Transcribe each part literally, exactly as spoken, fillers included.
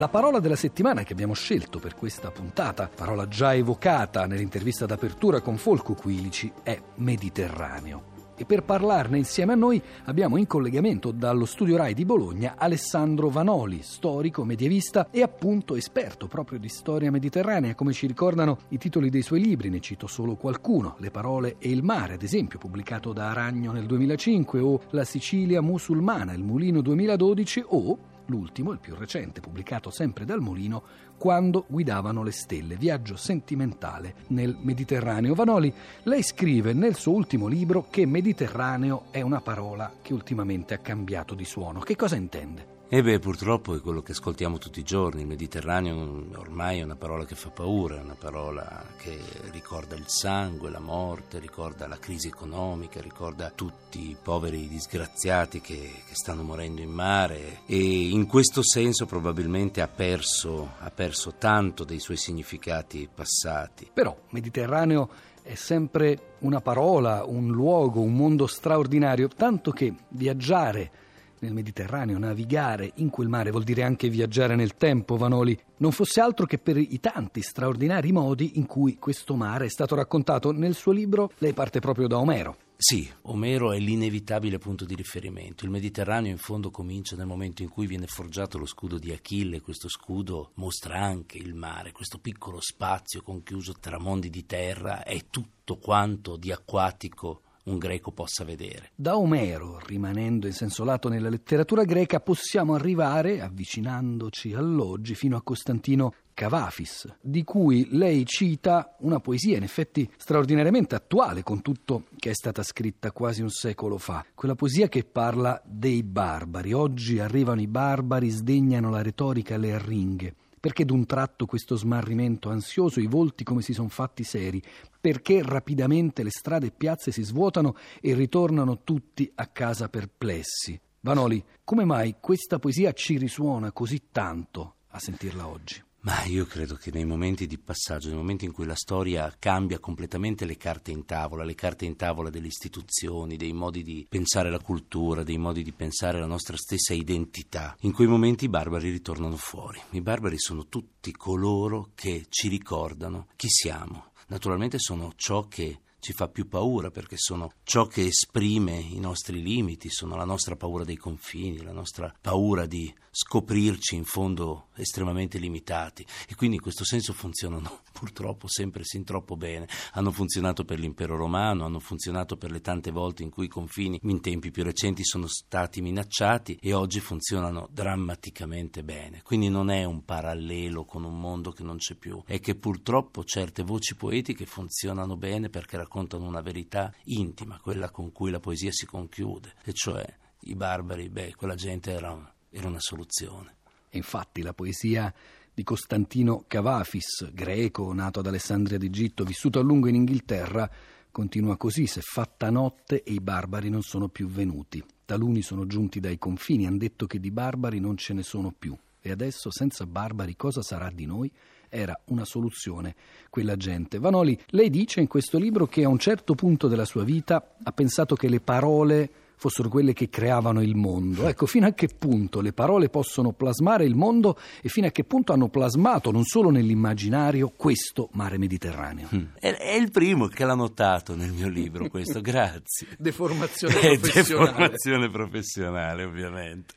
La parola della settimana che abbiamo scelto per questa puntata, parola già evocata nell'intervista d'apertura con Folco Quilici, è Mediterraneo. E per parlarne insieme a noi abbiamo in collegamento dallo Studio Rai di Bologna Alessandro Vanoli, storico, medievista e appunto esperto proprio di storia mediterranea, come ci ricordano i titoli dei suoi libri. Ne cito solo qualcuno: Le parole e il mare, ad esempio, pubblicato da Aragno nel duemilacinque, o La Sicilia musulmana, il Mulino duemiladodici, o l'ultimo, il più recente, pubblicato sempre dal Mulino, Quando guidavano le stelle, viaggio sentimentale nel Mediterraneo. Vanoli, lei scrive nel suo ultimo libro che Mediterraneo è una parola che ultimamente ha cambiato di suono. Che cosa intende? E beh, purtroppo è quello che ascoltiamo tutti i giorni. Il Mediterraneo ormai è una parola che fa paura, è una parola che ricorda il sangue, la morte, ricorda la crisi economica, ricorda tutti i poveri disgraziati che, che stanno morendo in mare, e in questo senso probabilmente ha perso, ha perso tanto dei suoi significati passati. Però Mediterraneo è sempre una parola, un luogo, un mondo straordinario, tanto che viaggiare nel Mediterraneo, navigare in quel mare, vuol dire anche viaggiare nel tempo, Vanoli, non fosse altro che per i tanti straordinari modi in cui questo mare è stato raccontato. Nel suo libro lei parte proprio da Omero. Sì, Omero è l'inevitabile punto di riferimento. Il Mediterraneo in fondo comincia nel momento in cui viene forgiato lo scudo di Achille. Questo scudo mostra anche il mare, questo piccolo spazio conchiuso tra mondi di terra, è tutto quanto di acquatico un greco possa vedere. Da Omero, rimanendo in senso lato nella letteratura greca, possiamo arrivare, avvicinandoci all'oggi, fino a Costantino Cavafis, di cui lei cita una poesia in effetti straordinariamente attuale, con tutto che è stata scritta quasi un secolo fa. Quella poesia che parla dei barbari. Oggi arrivano i barbari, sdegnano la retorica e le arringhe. Perché d'un tratto questo smarrimento ansioso, i volti come si son fatti seri? Perché rapidamente le strade e piazze si svuotano e ritornano tutti a casa perplessi? Vanoli, come mai questa poesia ci risuona così tanto a sentirla oggi? Ma io credo che nei momenti di passaggio, nei momenti in cui la storia cambia completamente le carte in tavola, le carte in tavola delle istituzioni, dei modi di pensare la cultura, dei modi di pensare la nostra stessa identità, in quei momenti i barbari ritornano fuori. I barbari sono tutti coloro che ci ricordano chi siamo. Naturalmente sono ciò che ci fa più paura, perché sono ciò che esprime i nostri limiti, sono la nostra paura dei confini, la nostra paura di scoprirci in fondo estremamente limitati, e quindi in questo senso funzionano purtroppo sempre sin troppo bene. Hanno funzionato per l'impero romano, hanno funzionato per le tante volte in cui i confini in tempi più recenti sono stati minacciati, e oggi funzionano drammaticamente bene. Quindi non è un parallelo con un mondo che non c'è più, è che purtroppo certe voci poetiche funzionano bene perché raccontano una verità intima, quella con cui la poesia si conchiude, e cioè i barbari, beh, quella gente era, un, era una soluzione. E infatti la poesia di Costantino Cavafis, greco, nato ad Alessandria d'Egitto, vissuto a lungo in Inghilterra, continua così: s'è fatta notte e i barbari non sono più venuti. Taluni sono giunti dai confini, han detto che di barbari non ce ne sono più. E adesso, senza barbari, cosa sarà di noi? Era una soluzione quella gente. Vanoli, lei dice in questo libro che a un certo punto della sua vita ha pensato che le parole fossero quelle che creavano il mondo. Ecco, fino a che punto le parole possono plasmare il mondo, e fino a che punto hanno plasmato, non solo nell'immaginario, questo mare Mediterraneo. Mm. È, è il primo che l'ha notato nel mio libro, questo, grazie. Deformazione Beh, professionale. Deformazione professionale, ovviamente.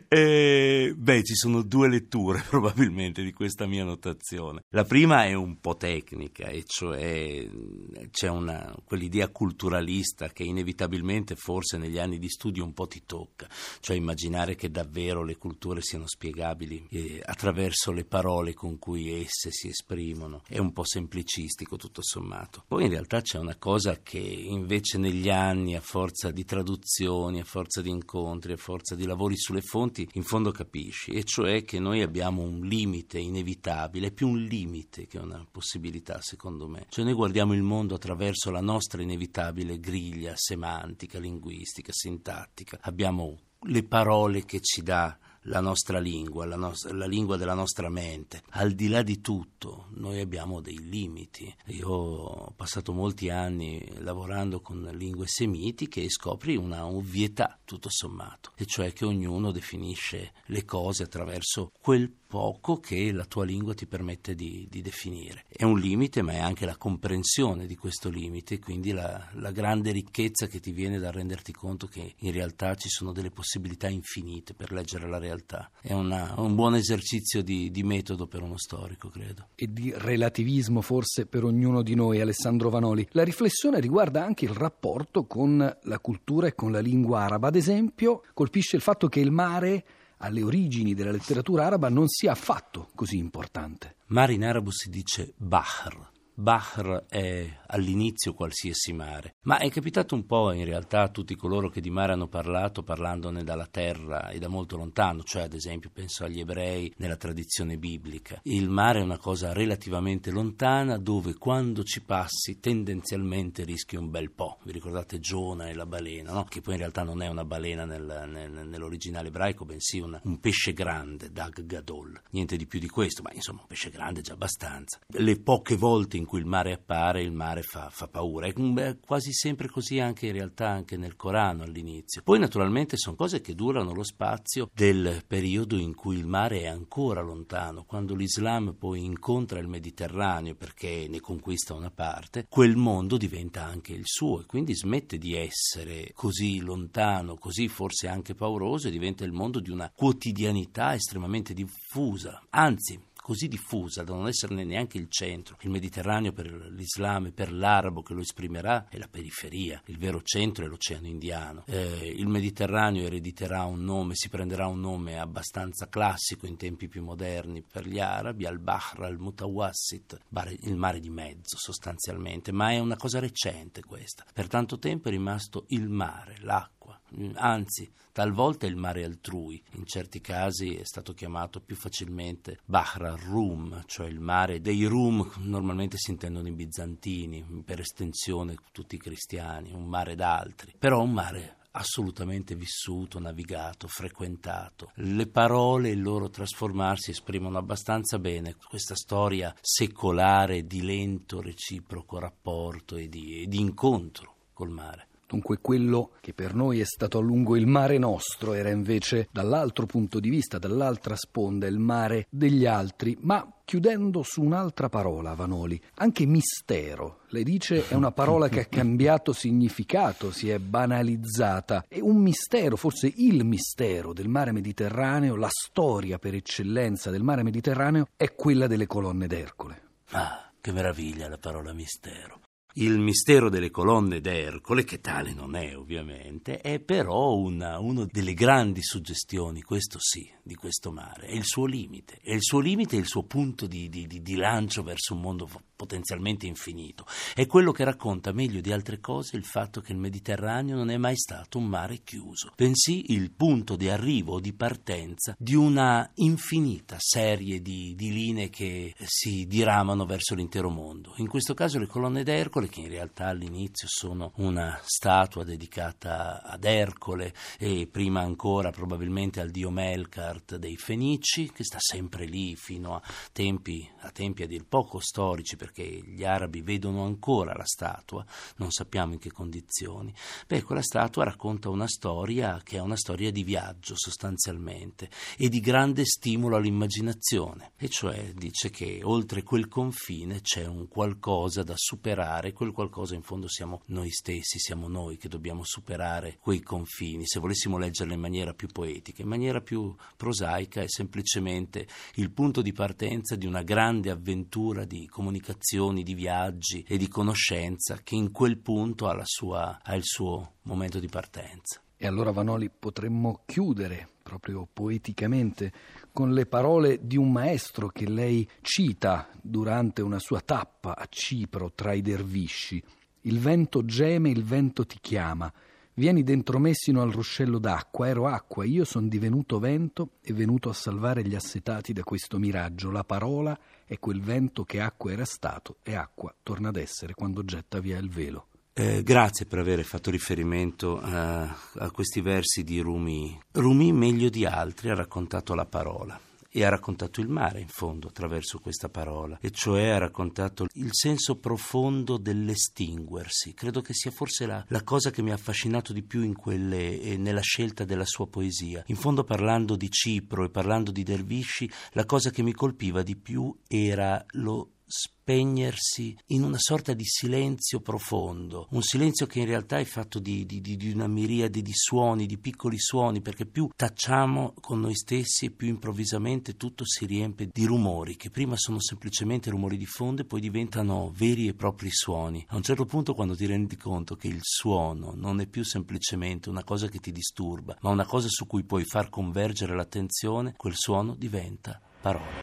E, beh, ci sono due letture probabilmente di questa mia notazione. La prima è un po' tecnica, e cioè c'è una quell'idea culturalista che inevitabilmente forse negli anni di studio un po' ti tocca, cioè immaginare che davvero le culture siano spiegabili eh, attraverso le parole con cui esse si esprimono. È un po' semplicistico tutto sommato. Poi in realtà c'è una cosa che invece negli anni, a forza di traduzioni, a forza di incontri, a forza di lavori sulle fonti, in fondo capisci, e cioè che noi abbiamo un limite inevitabile, è più un limite che una possibilità, secondo me. Cioè noi guardiamo il mondo attraverso la nostra inevitabile griglia semantica, linguistica, sintattica. Abbiamo le parole che ci dà la nostra lingua, la, nostra, la lingua della nostra mente. Al di là di tutto, noi abbiamo dei limiti. Io ho passato molti anni lavorando con lingue semitiche e scopri una ovvietà, tutto sommato, e cioè che ognuno definisce le cose attraverso quel poco che la tua lingua ti permette di, di definire. È un limite, ma è anche la comprensione di questo limite, quindi la, la grande ricchezza che ti viene da renderti conto che in realtà ci sono delle possibilità infinite per leggere la realtà. È una, un buon esercizio di, di metodo per uno storico, credo. E di relativismo forse per ognuno di noi, Alessandro Vanoli. La riflessione riguarda anche il rapporto con la cultura e con la lingua araba. Ad esempio, colpisce il fatto che il mare, alle origini della letteratura araba, non sia affatto così importante. Mare in arabo si dice Bahr. Bahr è all'inizio qualsiasi mare, ma è capitato un po' in realtà a tutti coloro che di mare hanno parlato, parlandone dalla terra e da molto lontano, cioè ad esempio penso agli ebrei nella tradizione biblica. Il mare è una cosa relativamente lontana dove quando ci passi tendenzialmente rischi un bel po'. Vi ricordate Giona e la balena, no? Che poi in realtà non è una balena nel, nel, nell'originale ebraico, bensì una, un pesce grande, Dag Gadol. Niente di più di questo, ma insomma un pesce grande è già abbastanza. Le poche volte in cui il mare appare, il mare fa, fa paura. È quasi sempre così anche in realtà anche nel Corano all'inizio. Poi naturalmente sono cose che durano lo spazio del periodo in cui il mare è ancora lontano. Quando l'Islam poi incontra il Mediterraneo perché ne conquista una parte, quel mondo diventa anche il suo e quindi smette di essere così lontano, così forse anche pauroso, e diventa il mondo di una quotidianità estremamente diffusa. Anzi, così diffusa da non esserne neanche il centro. Il Mediterraneo per l'Islam e per l'arabo che lo esprimerà è la periferia, il vero centro è l'Oceano Indiano. Eh, il Mediterraneo erediterà un nome, si prenderà un nome abbastanza classico in tempi più moderni per gli arabi, al-Bahr al-Mutawassit, il mare di mezzo sostanzialmente, ma è una cosa recente questa. Per tanto tempo è rimasto il mare, l'acqua, anzi talvolta il mare altrui, in certi casi è stato chiamato più facilmente Bahr al-Rum, cioè il mare dei Rum, normalmente si intendono i bizantini, per estensione tutti i cristiani, un mare d'altri, però un mare assolutamente vissuto, navigato, frequentato. Le parole, il loro trasformarsi, esprimono abbastanza bene questa storia secolare di lento reciproco rapporto e di, e di incontro col mare. Dunque quello che per noi è stato a lungo il mare nostro era invece dall'altro punto di vista, dall'altra sponda, il mare degli altri. Ma chiudendo su un'altra parola, Vanoli, anche mistero, lei dice è una parola che ha cambiato significato, si è banalizzata. È un mistero, forse il mistero del mare Mediterraneo, la storia per eccellenza del mare Mediterraneo è quella delle colonne d'Ercole. Ah, che meraviglia la parola mistero. Il mistero delle colonne d'Ercole, che tale non è ovviamente, è però una, una delle grandi suggestioni, questo sì, di questo mare. È il suo limite, è il suo limite e il suo punto di, di, di, di lancio verso un mondo potenzialmente infinito. È quello che racconta meglio di altre cose il fatto che il Mediterraneo non è mai stato un mare chiuso, bensì il punto di arrivo o di partenza di una infinita serie di, di linee che si diramano verso l'intero mondo. In questo caso le colonne d'Ercole, che in realtà all'inizio sono una statua dedicata ad Ercole e prima ancora probabilmente al dio Melkart dei Fenici, che sta sempre lì fino a tempi a tempi a dir poco storici, perché gli arabi vedono ancora la statua, non sappiamo in che condizioni. Beh, quella statua racconta una storia che è una storia di viaggio sostanzialmente e di grande stimolo all'immaginazione, e cioè dice che oltre quel confine c'è un qualcosa da superare. Quel qualcosa in fondo siamo noi stessi, siamo noi che dobbiamo superare quei confini. Se volessimo leggerla in maniera più poetica, in maniera più prosaica, è semplicemente il punto di partenza di una grande avventura di comunicazioni, di viaggi e di conoscenza che in quel punto ha, la sua, ha il suo momento di partenza. E allora, Vanoli, potremmo chiudere proprio poeticamente con le parole di un maestro che lei cita durante una sua tappa a Cipro tra i dervisci. Il vento geme, il vento ti chiama. Vieni dentro me sino al ruscello d'acqua. Ero acqua, io son divenuto vento e venuto a salvare gli assetati da questo miraggio. La parola è quel vento che acqua era stato e acqua torna ad essere quando getta via il velo. Eh, grazie per aver fatto riferimento a, a questi versi di Rumi. Rumi meglio di altri ha raccontato la parola. e ha raccontato il mare in fondo attraverso questa parola, e cioè ha raccontato il senso profondo dell'estinguersi. Credo che sia forse la, la cosa che mi ha affascinato di più in quelle, eh, nella scelta della sua poesia. In fondo, parlando di Cipro e parlando di Dervisci, la cosa che mi colpiva di più era lo spegnersi in una sorta di silenzio profondo, un silenzio che in realtà è fatto di, di, di una miriade di suoni, di piccoli suoni, perché più tacciamo con noi stessi e più improvvisamente tutto si riempie di rumori che prima sono semplicemente rumori di fondo e poi diventano veri e propri suoni. A un certo punto, quando ti rendi conto che il suono non è più semplicemente una cosa che ti disturba, ma una cosa su cui puoi far convergere l'attenzione, quel suono diventa parola.